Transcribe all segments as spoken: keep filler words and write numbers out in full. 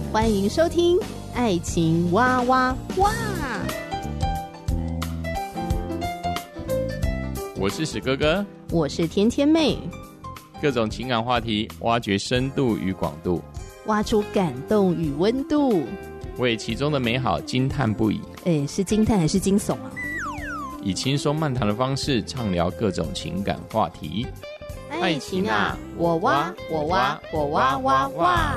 欢迎收听《爱情哇哇哇》。 我是史哥哥， 我是天天妹。 各种情感话题，挖掘深度与广度， 挖出感动与温度， 为其中的美好惊叹不已。 哎，是惊叹还是惊悚啊？ 以轻松漫谈的方式畅聊各种情感话题。 爱情啊，我挖我挖我挖挖挖。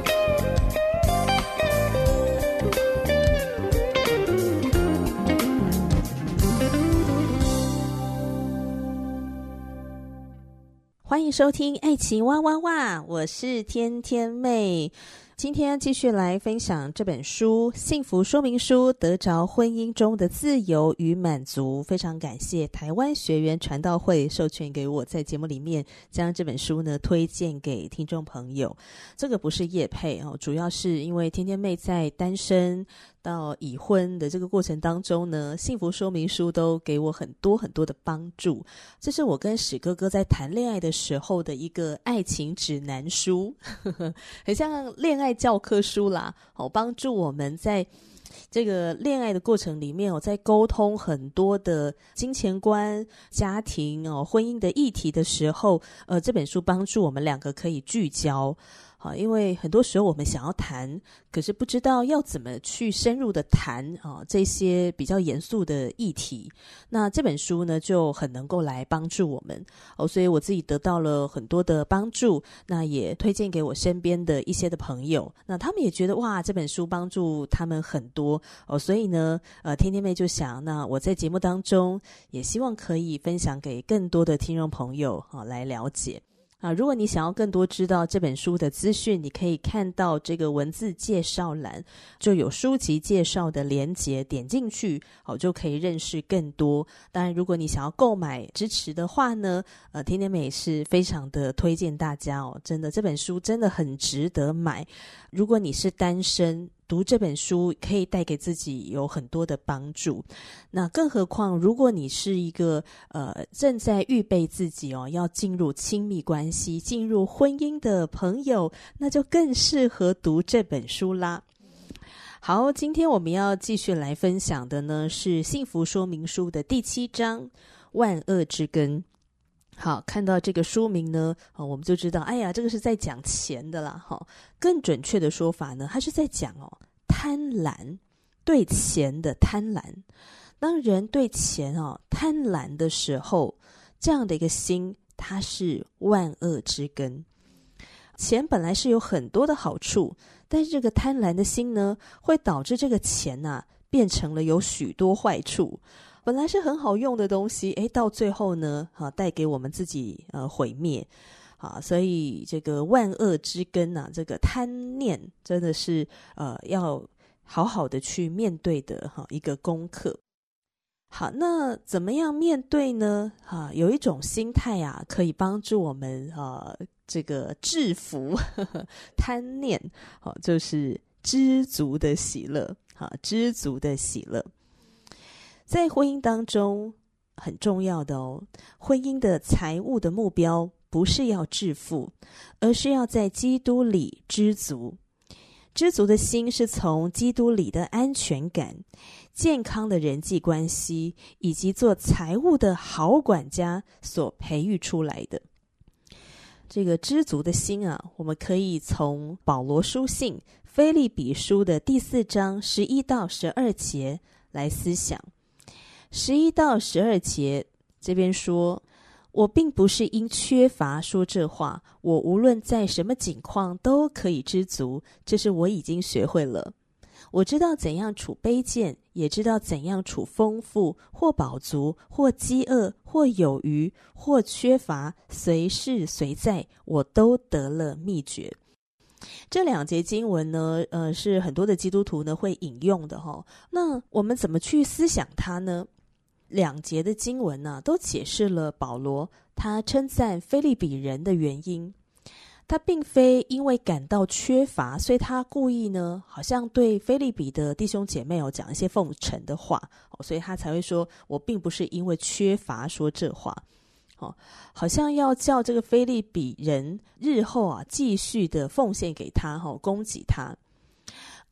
欢迎收听《爱情哇哇哇》，我是天天妹。今天继续来分享这本书《幸福说明书：得着婚姻中的自由与满足》。非常感谢台湾学员传道会授权给我，在节目里面将这本书呢推荐给听众朋友。这个不是业配哦，主要是因为天天妹在单身到已婚的这个过程当中呢，幸福说明书都给我很多很多的帮助。这是我跟史哥哥在谈恋爱的时候的一个爱情指南书，呵呵，很像恋爱教科书啦，哦，帮助我们在这个恋爱的过程里面，我在沟通很多的金钱观、家庭哦、婚姻的议题的时候，呃，这本书帮助我们两个可以聚焦。啊，因为很多时候我们想要谈，可是不知道要怎么去深入的谈啊这些比较严肃的议题。那这本书呢，就很能够来帮助我们哦，所以我自己得到了很多的帮助，那也推荐给我身边的一些的朋友，那他们也觉得哇，这本书帮助他们很多哦，所以呢，呃，天天妹就想，那我在节目当中也希望可以分享给更多的听众朋友啊来了解。啊，如果你想要更多知道这本书的资讯，你可以看到这个文字介绍栏就有书籍介绍的连结，点进去哦，就可以认识更多。当然，如果你想要购买支持的话呢，呃，天天妹是非常的推荐大家哦，真的这本书真的很值得买。如果你是单身，读这本书可以带给自己有很多的帮助，那更何况如果你是一个呃正在预备自己哦要进入亲密关系、进入婚姻的朋友，那就更适合读这本书啦。好，今天我们要继续来分享的呢是幸福说明书的第七章万恶之根。好，看到这个书名呢，哦，我们就知道，哎呀，这个是在讲钱的啦，哈、哦。更准确的说法呢，它是在讲哦，贪婪，对钱的贪婪。当人对钱哦贪婪的时候，这样的一个心，它是万恶之根。钱本来是有很多的好处，但是这个贪婪的心呢，会导致这个钱啊变成了有许多坏处。本来是很好用的东西，诶，到最后呢，啊，带给我们自己呃毁灭，啊，所以这个万恶之根啊，这个贪念真的是呃要好好的去面对的哈、啊、一个功课。好，那怎么样面对呢？啊，有一种心态啊，可以帮助我们啊这个制服呵呵贪念，好、啊，就是知足的喜乐，啊，知足的喜乐。在婚姻当中很重要的哦，婚姻的财务的目标不是要致富，而是要在基督里知足。知足的心是从基督里的安全感、健康的人际关系以及做财务的好管家所培育出来的。这个知足的心啊，我们可以从保罗书信腓立比书的第四章十一到十二节来思想。十一到十二节这边说，我并不是因缺乏说这话，我无论在什么境况都可以知足，这是我已经学会了。我知道怎样处卑贱，也知道怎样处丰富，或饱足，或饥饿，或有余，或缺乏，随事随在，我都得了秘诀。这两节经文呢，呃，是很多的基督徒呢会引用的哈、哦。那我们怎么去思想它呢？两节的经文呢、啊，都解释了保罗他称赞腓立比人的原因。他并非因为感到缺乏，所以他故意呢，好像对腓立比的弟兄姐妹有讲一些奉承的话，所以他才会说，我并不是因为缺乏说这话。好像要叫这个腓立比人日后啊继续的奉献给他，供给他。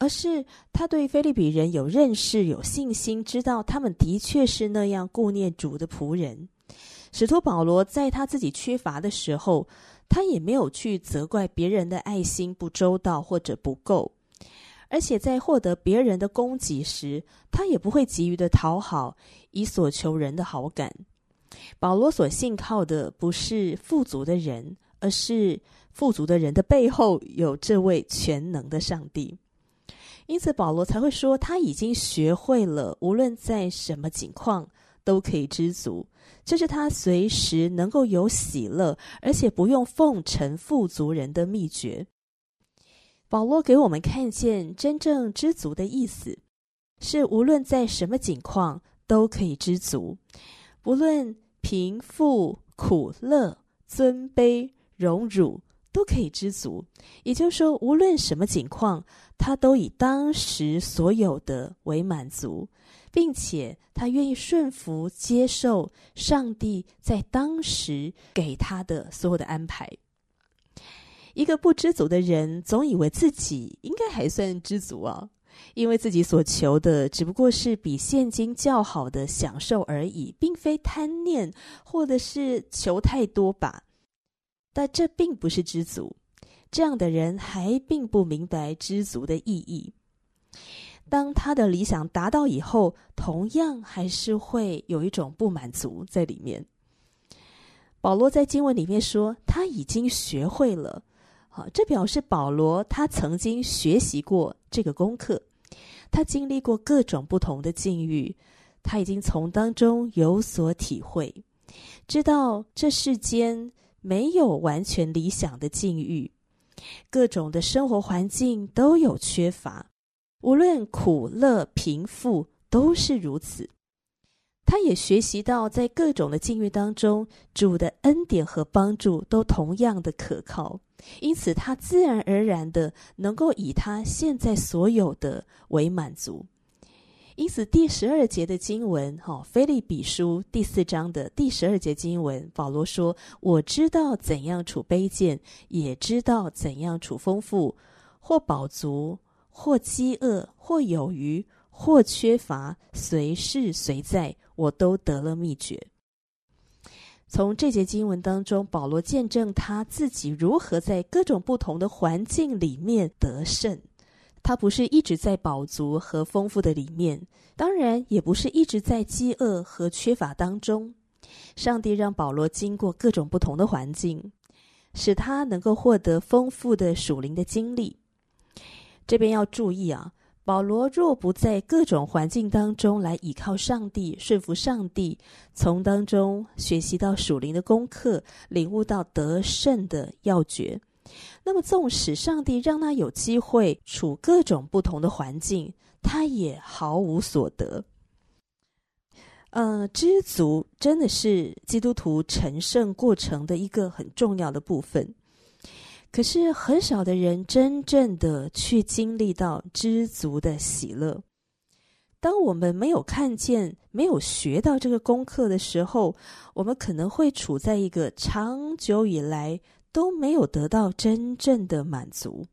而是他对腓立比人有认识、有信心，知道他们的确是那样顾念主的仆人。使徒保罗在他自己缺乏的时候，他也没有去责怪别人的爱心不周到或者不够，而且在获得别人的供给时，他也不会急于的讨好，以所求人的好感。保罗所信靠的不是富足的人，而是富足的人的背后有这位全能的上帝。因此保罗才会说，他已经学会了无论在什么境况都可以知足，这是他随时能够有喜乐，而且不用奉承富足人的秘诀。保罗给我们看见真正知足的意思，是无论在什么境况都可以知足，不论贫富、苦乐、尊卑、荣辱，都可以知足。也就是说，无论什么境况，他都以当时所有的为满足，并且他愿意顺服接受上帝在当时给他的所有的安排。一个不知足的人总以为自己应该还算知足啊，因为自己所求的只不过是比现今较好的享受而已，并非贪念或者是求太多吧。但这并不是知足，这样的人还并不明白知足的意义。当他的理想达到以后，同样还是会有一种不满足在里面。保罗在经文里面说，他已经学会了，好，这表示保罗他曾经学习过这个功课，他经历过各种不同的境遇，他已经从当中有所体会，知道这世间没有完全理想的境遇，各种的生活环境都有缺乏，无论苦乐贫富都是如此。他也学习到在各种的境遇当中，主的恩典和帮助都同样的可靠，因此他自然而然的能够以他现在所有的为满足。因此第十二节的经文，哦，腓立比书第四章的第十二节经文，保罗说，我知道怎样处卑贱，也知道怎样处丰富，或饱足，或饥饿，或有余，或缺乏，随事随在，我都得了秘诀。从这节经文当中，保罗见证他自己如何在各种不同的环境里面得胜。他不是一直在饱足和丰富的里面，当然也不是一直在饥饿和缺乏当中。上帝让保罗经过各种不同的环境，使他能够获得丰富的属灵的经历。这边要注意啊，保罗若不在各种环境当中来倚靠上帝，顺服上帝，从当中学习到属灵的功课，领悟到得胜的要诀，那么纵使上帝让他有机会处各种不同的环境，他也毫无所得。呃，知足真的是基督徒成圣过程的一个很重要的部分。可是很少的人真正的去经历到知足的喜乐。当我们没有看见、没有学到这个功课的时候，我们可能会处在一个长久以来都没有得到真正的满足。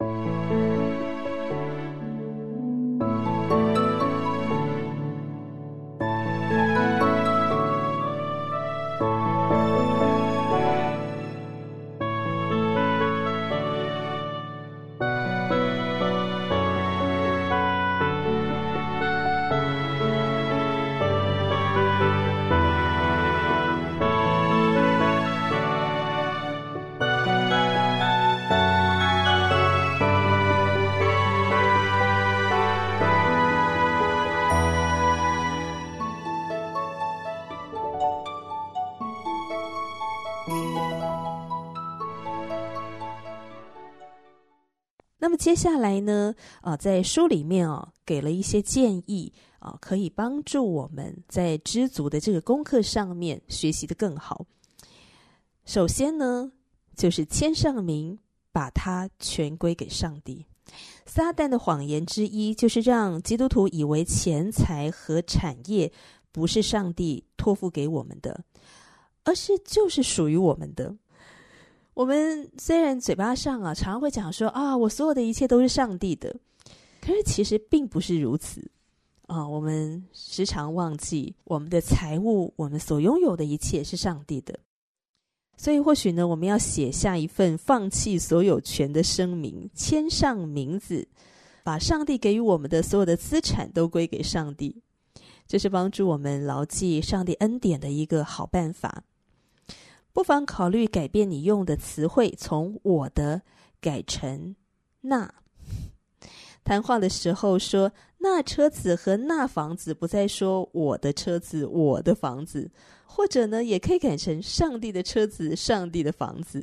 那么接下来呢，呃，在书里面啊，给了一些建议啊，可以帮助我们在知足的这个功课上面学习得更好。首先呢，就是签上名，把它全归给上帝。撒旦的谎言之一，就是让基督徒以为钱财和产业不是上帝托付给我们的，而是就是属于我们的。我们虽然嘴巴上啊常常会讲说啊，我所有的一切都是上帝的， 可是其实并不是如此啊！我们时常忘记，我们的财物，我们所拥有的一切是上帝的。所以或许呢，我们要写下一份放弃所有权的声明，签上名字，把上帝给予我们的所有的资产都归给上帝。这是帮助我们牢记上帝恩典的一个好办法。不妨考虑改变你用的词汇，从我的改成那。谈话的时候说那车子和那房子，不再说我的车子我的房子，或者呢也可以改成上帝的车子上帝的房子。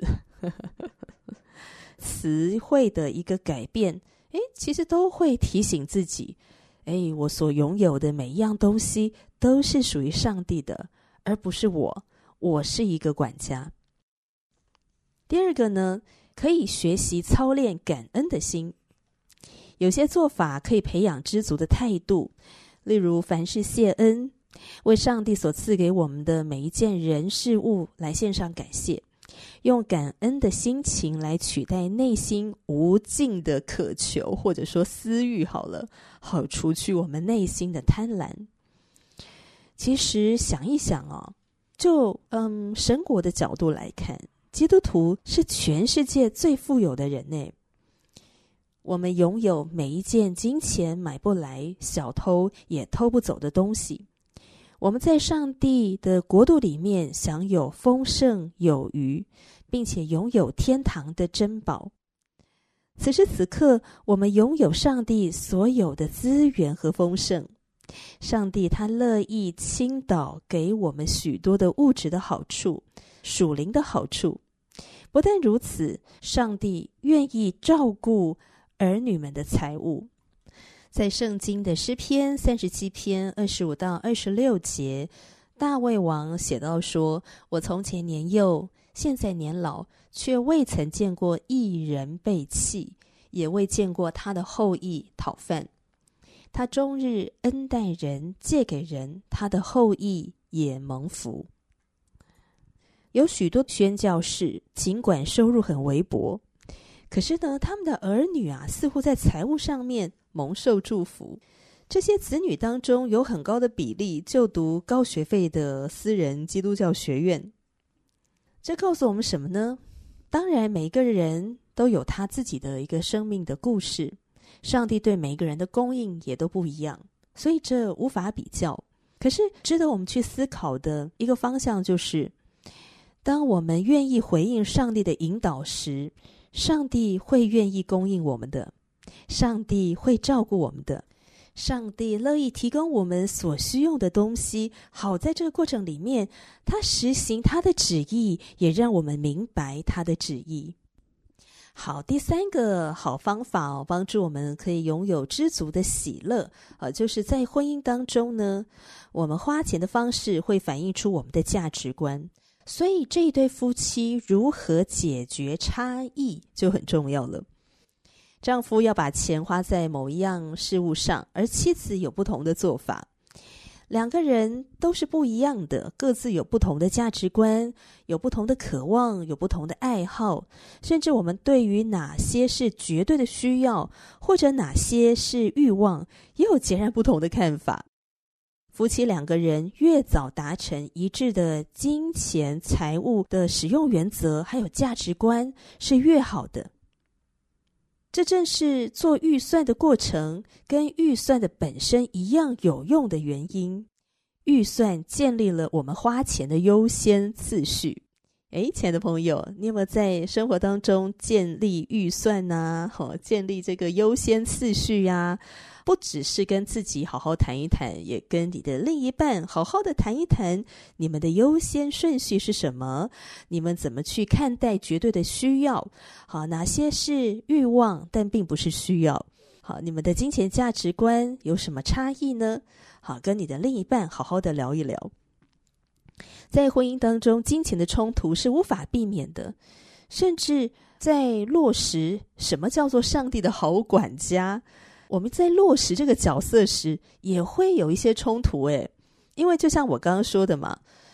词汇的一个改变，诶，其实都会提醒自己，诶，我所拥有的每一样东西都是属于上帝的，而不是我，我是一个管家。第二个呢，可以学习操练感恩的心。有些做法可以培养知足的态度，例如凡事谢恩，为上帝所赐给我们的每一件人事物来献上感谢，用感恩的心情来取代内心无尽的渴求，或者说私欲好了，好除去我们内心的贪婪。其实想一想哦，就嗯神国的角度来看，基督徒是全世界最富有的人呢。我们拥有每一件金钱买不来，小偷也偷不走的东西。我们在上帝的国度里面享有丰盛有余，并且拥有天堂的珍宝。此时此刻，我们拥有上帝所有的资源和丰盛。上帝他乐意倾倒给我们许多的物质的好处，属灵的好处。不但如此，上帝愿意照顾儿女们的财物。在圣经的诗篇三十七篇二十五到二十六节，大卫王写到说，我从前年幼，现在年老，却未曾见过义人被弃，也未见过他的后裔讨饭。他终日恩待人，借给人，他的后裔也蒙福。有许多宣教士，尽管收入很微薄，可是呢，他们的儿女啊，似乎在财务上面蒙受祝福。这些子女当中有很高的比例就读高学费的私人基督教学院。这告诉我们什么呢？当然每个人都有他自己的一个生命的故事，上帝对每一个人的供应也都不一样，所以这无法比较。可是值得我们去思考的一个方向就是，当我们愿意回应上帝的引导时，上帝会愿意供应我们的，上帝会照顾我们的，上帝乐意提供我们所需用的东西。好，在这个过程里面，他实行他的旨意，也让我们明白他的旨意。好，第三个好方法哦，帮助我们可以拥有知足的喜乐，呃，就是在婚姻当中呢，我们花钱的方式会反映出我们的价值观。所以这一对夫妻如何解决差异就很重要了。丈夫要把钱花在某一样事物上，而妻子有不同的做法。两个人都是不一样的，各自有不同的价值观，有不同的渴望，有不同的爱好，甚至我们对于哪些是绝对的需要，或者哪些是欲望，也有截然不同的看法。夫妻两个人越早达成一致的金钱财务的使用原则还有价值观是越好的。这正是做预算的过程跟预算的本身一样有用的原因。预算建立了我们花钱的优先次序。诶，亲爱的朋友，你有没有在生活当中建立预算啊？哦，建立这个优先次序啊？不只是跟自己好好谈一谈，也跟你的另一半好好的谈一谈，你们的优先顺序是什么？你们怎么去看待绝对的需要？好，哪些是欲望，但并不是需要？好，你们的金钱价值观有什么差异呢？好，跟你的另一半好好的聊一聊。在婚姻当中，金钱的冲突是无法避免的，甚至在落实什么叫做上帝的好管家，我们在落实这个角色时也会有一些冲突诶。因为就像我刚刚说的嘛，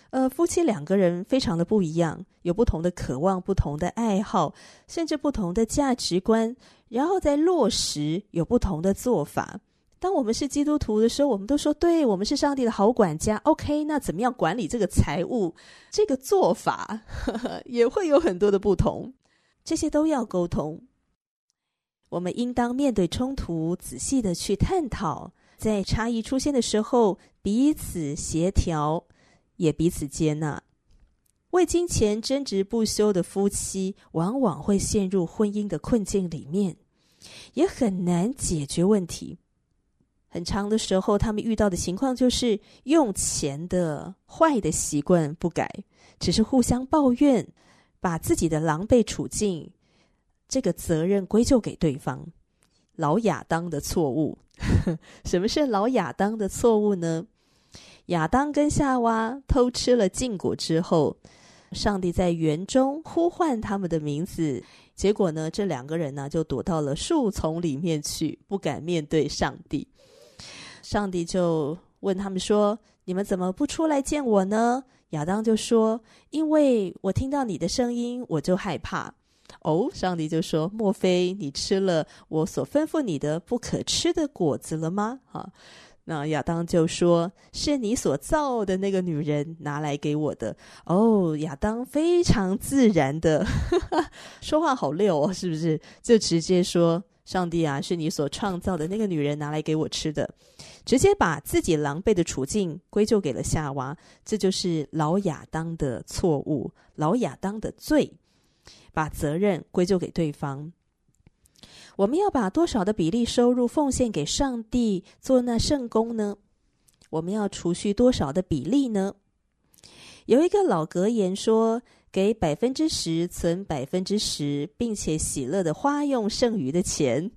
呃，夫妻两个人非常的不一样，有不同的渴望，不同的爱好，甚至不同的价值观，然后在落实有不同的做法。当我们是基督徒的时候，我们都说对，我们是上帝的好管家 OK， 那怎么样管理这个财务，这个做法呵呵也会有很多的不同，这些都要沟通。我们应当面对冲突，仔细的去探讨，在差异出现的时候彼此协调，也彼此接纳。为金钱争执不休的夫妻往往会陷入婚姻的困境里面，也很难解决问题。很长的时候，他们遇到的情况就是用钱的坏的习惯不改，只是互相抱怨，把自己的狼狈处境这个责任归咎给对方。老亚当的错误什么是老亚当的错误呢？亚当跟夏娃偷吃了禁果之后，上帝在园中呼唤他们的名字，结果呢，这两个人呢就躲到了树丛里面去，不敢面对上帝。上帝就问他们说，你们怎么不出来见我呢？亚当就说，因为我听到你的声音，我就害怕。哦，上帝就说，莫非你吃了我所吩咐你的不可吃的果子了吗？啊，那亚当就说，是你所造的那个女人拿来给我的。哦，亚当非常自然的说话好溜哦，是不是？就直接说，上帝啊，是你所创造的那个女人拿来给我吃的，直接把自己狼狈的处境归咎给了夏娃。这就是老亚当的错误，老亚当的罪，把责任归咎给对方。我们要把多少的比例收入奉献给上帝做那圣工呢？我们要储蓄多少的比例呢？有一个老格言说，给百分之十存百分之十，并且喜乐的花用剩余的钱。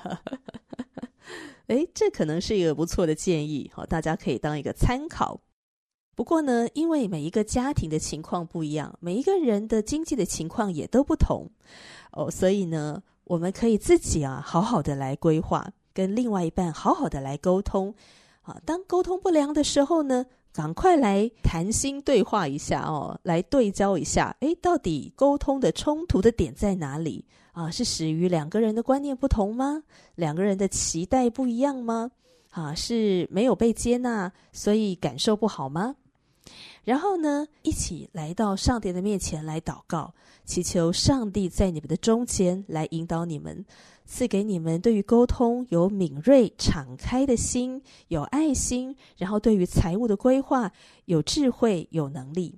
诶，这可能是一个不错的建议，大家可以当一个参考。不过呢，因为每一个家庭的情况不一样，每一个人的经济的情况也都不同哦，所以呢，我们可以自己啊好好的来规划，跟另外一半好好的来沟通啊。当沟通不良的时候呢，赶快来谈心对话一下哦，来对焦一下，诶，到底沟通的冲突的点在哪里啊？是始于两个人的观念不同吗？两个人的期待不一样吗？啊，是没有被接纳，所以感受不好吗？然后呢，一起来到上帝的面前来祷告，祈求上帝在你们的中间来引导你们，赐给你们对于沟通有敏锐敞开的心，有爱心，然后对于财务的规划有智慧有能力。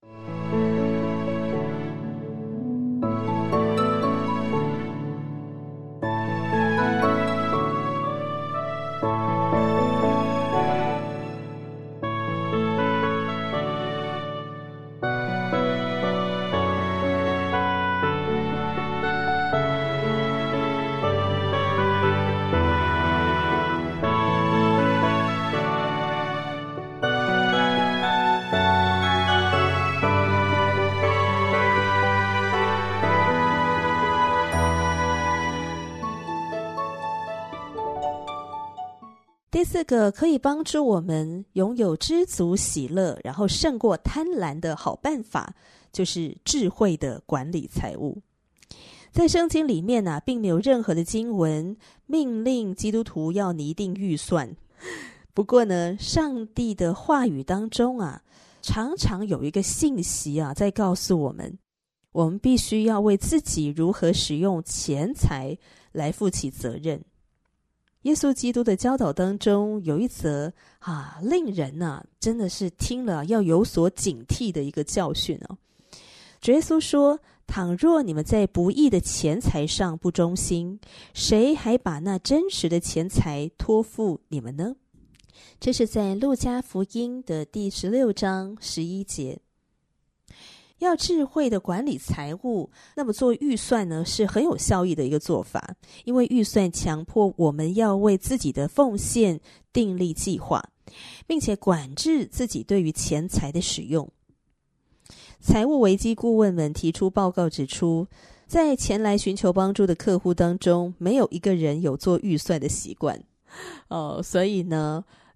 第四个可以帮助我们拥有知足喜乐，然后胜过贪婪的好办法，就是智慧的管理财务。在圣经里面啊，并没有任何的经文命令基督徒要拟定预算。不过呢，上帝的话语当中啊，常常有一个信息啊，在告诉我们，我们必须要为自己如何使用钱财来负起责任。耶稣基督的教导当中有一则啊，令人啊真的是听了要有所警惕的一个教训哦。主耶稣说，倘若你们在不义的钱财上不忠心，谁还把那真实的钱财托付你们呢？这是在路加福音的第十六章十一节。要智慧的管理财务，那么做预算呢，是很有效益的一个做法，因为预算强迫我们要为自己的奉献订立计划，并且管制自己对于钱财的使用。财务危机顾问们提出报告指出，在前来寻求帮助的客户当中，没有一个人有做预算的习惯哦，所以呢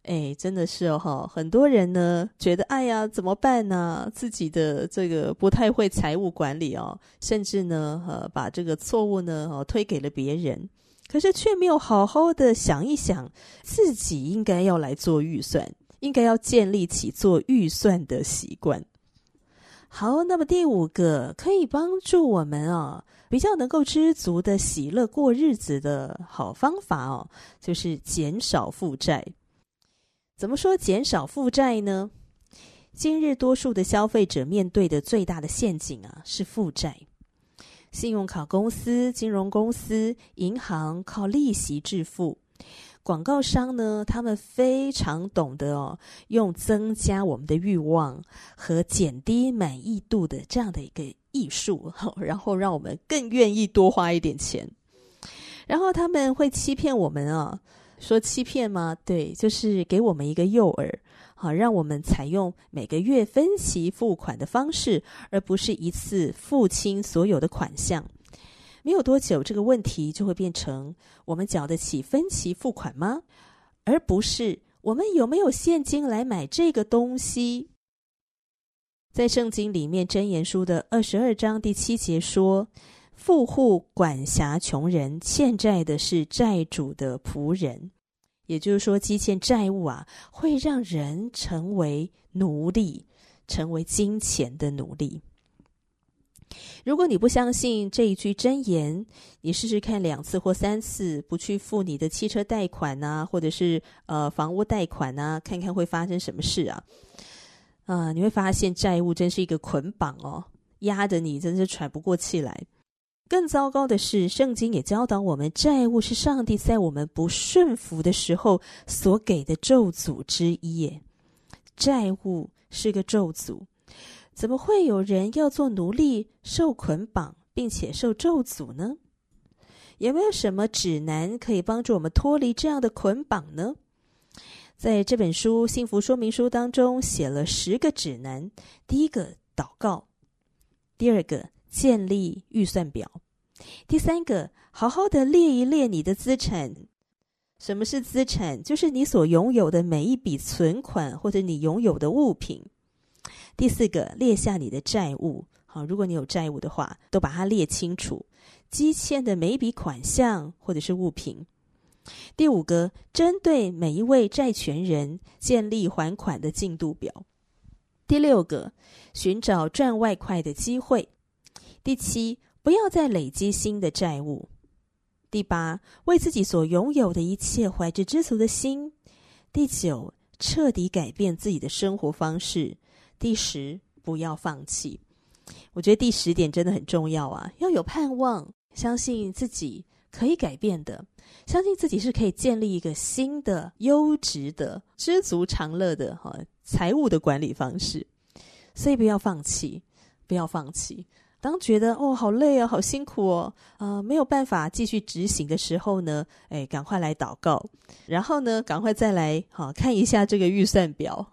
哎，真的是哦，很多人呢觉得哎呀怎么办呢？自己的这个不太会财务管理哦，甚至呢呃把这个错误呢哦推给了别人，可是却没有好好的想一想自己应该要来做预算，应该要建立起做预算的习惯。好，那么第五个可以帮助我们啊比较能够知足的喜乐过日子的好方法哦，就是减少负债。怎么说减少负债呢？今日多数的消费者面对的最大的陷阱啊，是负债。信用卡公司、金融公司、银行靠利息致富，广告商呢，他们非常懂得哦，用增加我们的欲望和减低满意度的这样的一个艺术，然后让我们更愿意多花一点钱。然后他们会欺骗我们啊，说欺骗吗？对，就是给我们一个诱饵，好，让我们采用每个月分期付款的方式，而不是一次付清所有的款项。没有多久，这个问题就会变成我们缴得起分期付款吗？而不是我们有没有现金来买这个东西。在圣经里面，箴言书的二十二章第七节说，富户管辖穷人，欠债的是债主的仆人。也就是说，积欠债务啊，会让人成为奴隶，成为金钱的奴隶。如果你不相信这一句箴言，你试试看两次或三次不去付你的汽车贷款啊，或者是呃房屋贷款啊，看看会发生什么事啊？啊、呃，你会发现债务真是一个捆绑哦，压得你真是喘不过气来。更糟糕的是，圣经也教导我们，债务是上帝在我们不顺服的时候所给的咒诅之一耶。债务是个咒诅，怎么会有人要做奴隶，受捆绑，并且受咒诅呢？有没有什么指南可以帮助我们脱离这样的捆绑呢？在这本书《幸福说明书》当中写了十个指南。第一个，祷告；第二个，建立预算表；第三个，好好的列一列你的资产。什么是资产？就是你所拥有的每一笔存款，或者你拥有的物品。第四个，列下你的债务。好，如果你有债务的话，都把它列清楚，积欠的每一笔款项或者是物品。第五个，针对每一位债权人建立还款的进度表。第六个，寻找赚外快的机会。第七，不要再累积新的债务。第八，为自己所拥有的一切怀着知足的心。第九，彻底改变自己的生活方式。第十，不要放弃。我觉得第十点真的很重要啊，要有盼望，相信自己可以改变的，相信自己是可以建立一个新的、优质的、知足常乐的哈财务的管理方式。所以不要放弃，不要放弃。当觉得哦好累啊，好辛苦哦，呃没有办法继续执行的时候呢，哎，赶快来祷告，然后呢，赶快再来好看一下这个预算表，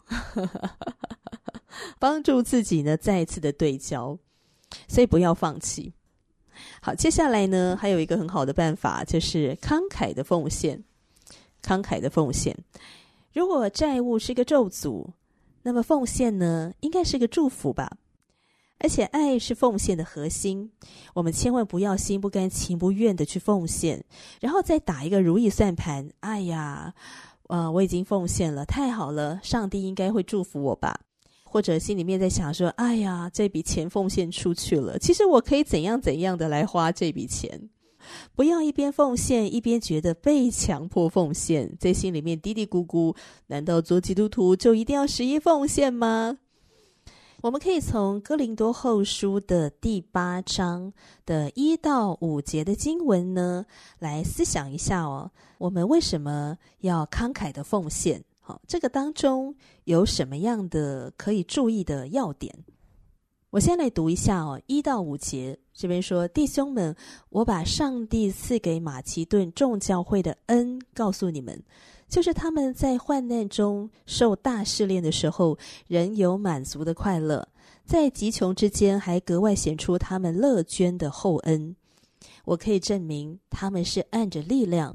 帮助自己呢再一次的对焦。所以不要放弃。好，接下来呢，还有一个很好的办法，就是慷慨的奉献。慷慨的奉献，如果债务是个咒诅，那么奉献呢，应该是个祝福吧。而且爱是奉献的核心，我们千万不要心不甘情不愿的去奉献，然后再打一个如意算盘，哎呀，呃，我已经奉献了，太好了，上帝应该会祝福我吧。或者心里面在想说，哎呀，这笔钱奉献出去了，其实我可以怎样怎样的来花这笔钱。不要一边奉献一边觉得被强迫奉献，在心里面嘀嘀咕咕，难道做基督徒就一定要十一奉献吗？我们可以从哥林多后书的第八章的一到五节的经文呢，来思想一下哦，我们为什么要慷慨的奉献？好，这个当中有什么样的可以注意的要点？我先来读一下哦，一到五节，这边说，弟兄们，我把上帝赐给马其顿众教会的恩告诉你们，就是他们在患难中受大试炼的时候，仍有满足的快乐，在极穷之间还格外显出他们乐捐的厚恩。我可以证明他们是按着力量，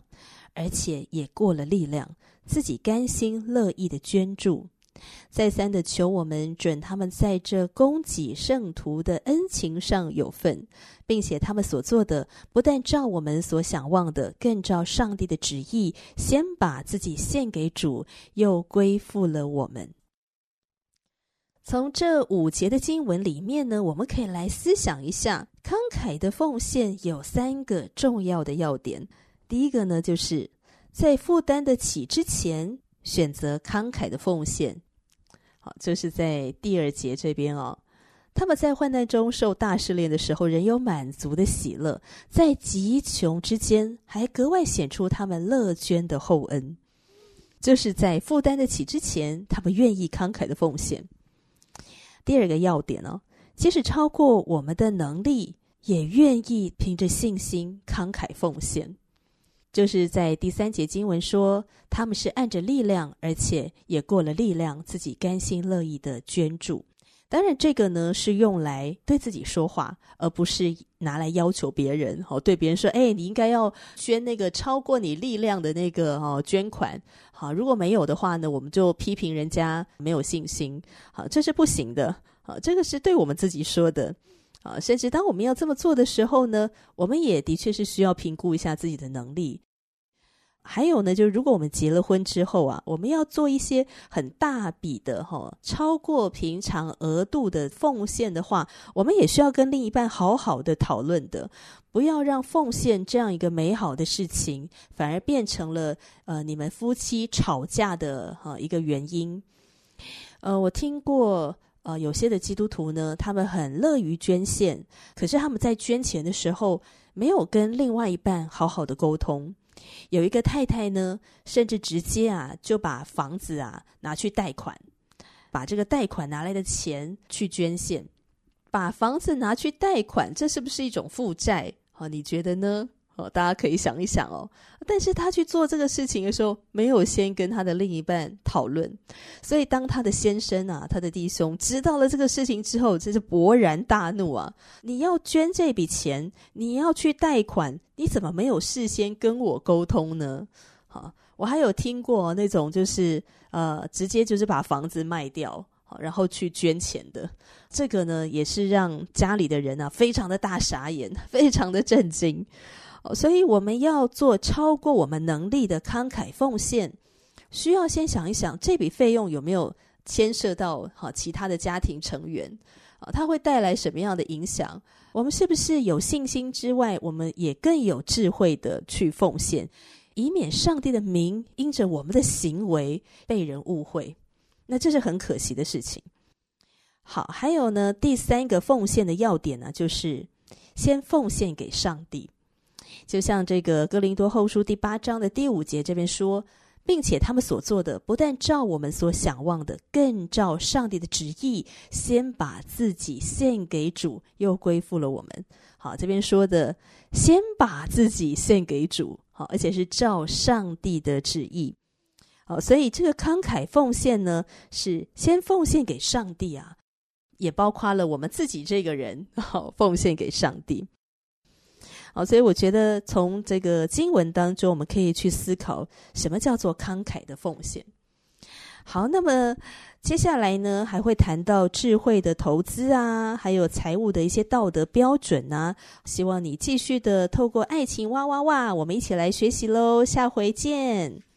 而且也过了力量，自己甘心乐意的捐助，再三的求我们准他们在这供给圣徒的恩情上有份，并且他们所做的不但照我们所想望的，更照上帝的旨意，先把自己献给主，又归附了我们。从这五节的经文里面呢，我们可以来思想一下，慷慨的奉献有三个重要的要点。第一个呢，就是在负担得起之前选择慷慨的奉献。好，这是在第二节这边哦。他们在患难中受大试炼的时候，仍有满足的喜乐，在极穷之间还格外显出他们乐捐的厚恩。就是在负担得起之前，他们愿意慷慨的奉献。第二个要点哦，即使超过我们的能力，也愿意凭着信心慷慨奉献。就是在第三节经文说，他们是按着力量，而且也过了力量，自己甘心乐意的捐助。当然这个呢是用来对自己说话，而不是拿来要求别人、哦、对别人说，哎，你应该要捐那个超过你力量的那个、哦、捐款。好，如果没有的话呢，我们就批评人家没有信心。好，这是不行的。好，这个是对我们自己说的。啊，甚至当我们要这么做的时候呢，我们也的确是需要评估一下自己的能力。还有呢，就是如果我们结了婚之后啊，我们要做一些很大笔的、哦、超过平常额度的奉献的话，我们也需要跟另一半好好的讨论的，不要让奉献这样一个美好的事情反而变成了呃你们夫妻吵架的、呃、一个原因。呃，我听过呃，有些的基督徒呢，他们很乐于捐献，可是他们在捐钱的时候没有跟另外一半好好的沟通。有一个太太呢，甚至直接啊就把房子啊拿去贷款，把这个贷款拿来的钱去捐献，把房子拿去贷款，这是不是一种负债？哦，你觉得呢？哦，大家可以想一想哦。但是他去做这个事情的时候，没有先跟他的另一半讨论，所以当他的先生啊，他的弟兄知道了这个事情之后，真是勃然大怒啊！你要捐这笔钱，你要去贷款，你怎么没有事先跟我沟通呢？好，我还有听过那种就是呃，直接就是把房子卖掉，然后去捐钱的，这个呢也是让家里的人啊非常的大傻眼，非常的震惊。所以我们要做超过我们能力的慷慨奉献，需要先想一想这笔费用有没有牵涉到其他的家庭成员，它会带来什么样的影响，我们是不是有信心之外，我们也更有智慧的去奉献，以免上帝的名因着我们的行为被人误会，那这是很可惜的事情。好，还有呢，第三个奉献的要点呢，就是先奉献给上帝。就像这个哥林多后书第八章的第五节这边说，并且他们所做的不但照我们所想望的，更照上帝的旨意，先把自己献给主，又归附了我们。好，这边说的先把自己献给主，好，而且是照上帝的旨意。好，所以这个慷慨奉献呢，是先奉献给上帝啊，也包括了我们自己这个人，好，奉献给上帝。好，所以我觉得从这个经文当中，我们可以去思考什么叫做慷慨的奉献。好，那么接下来呢，还会谈到智慧的投资啊，还有财务的一些道德标准啊。希望你继续的透过爱情哇哇哇，我们一起来学习咯，下回见。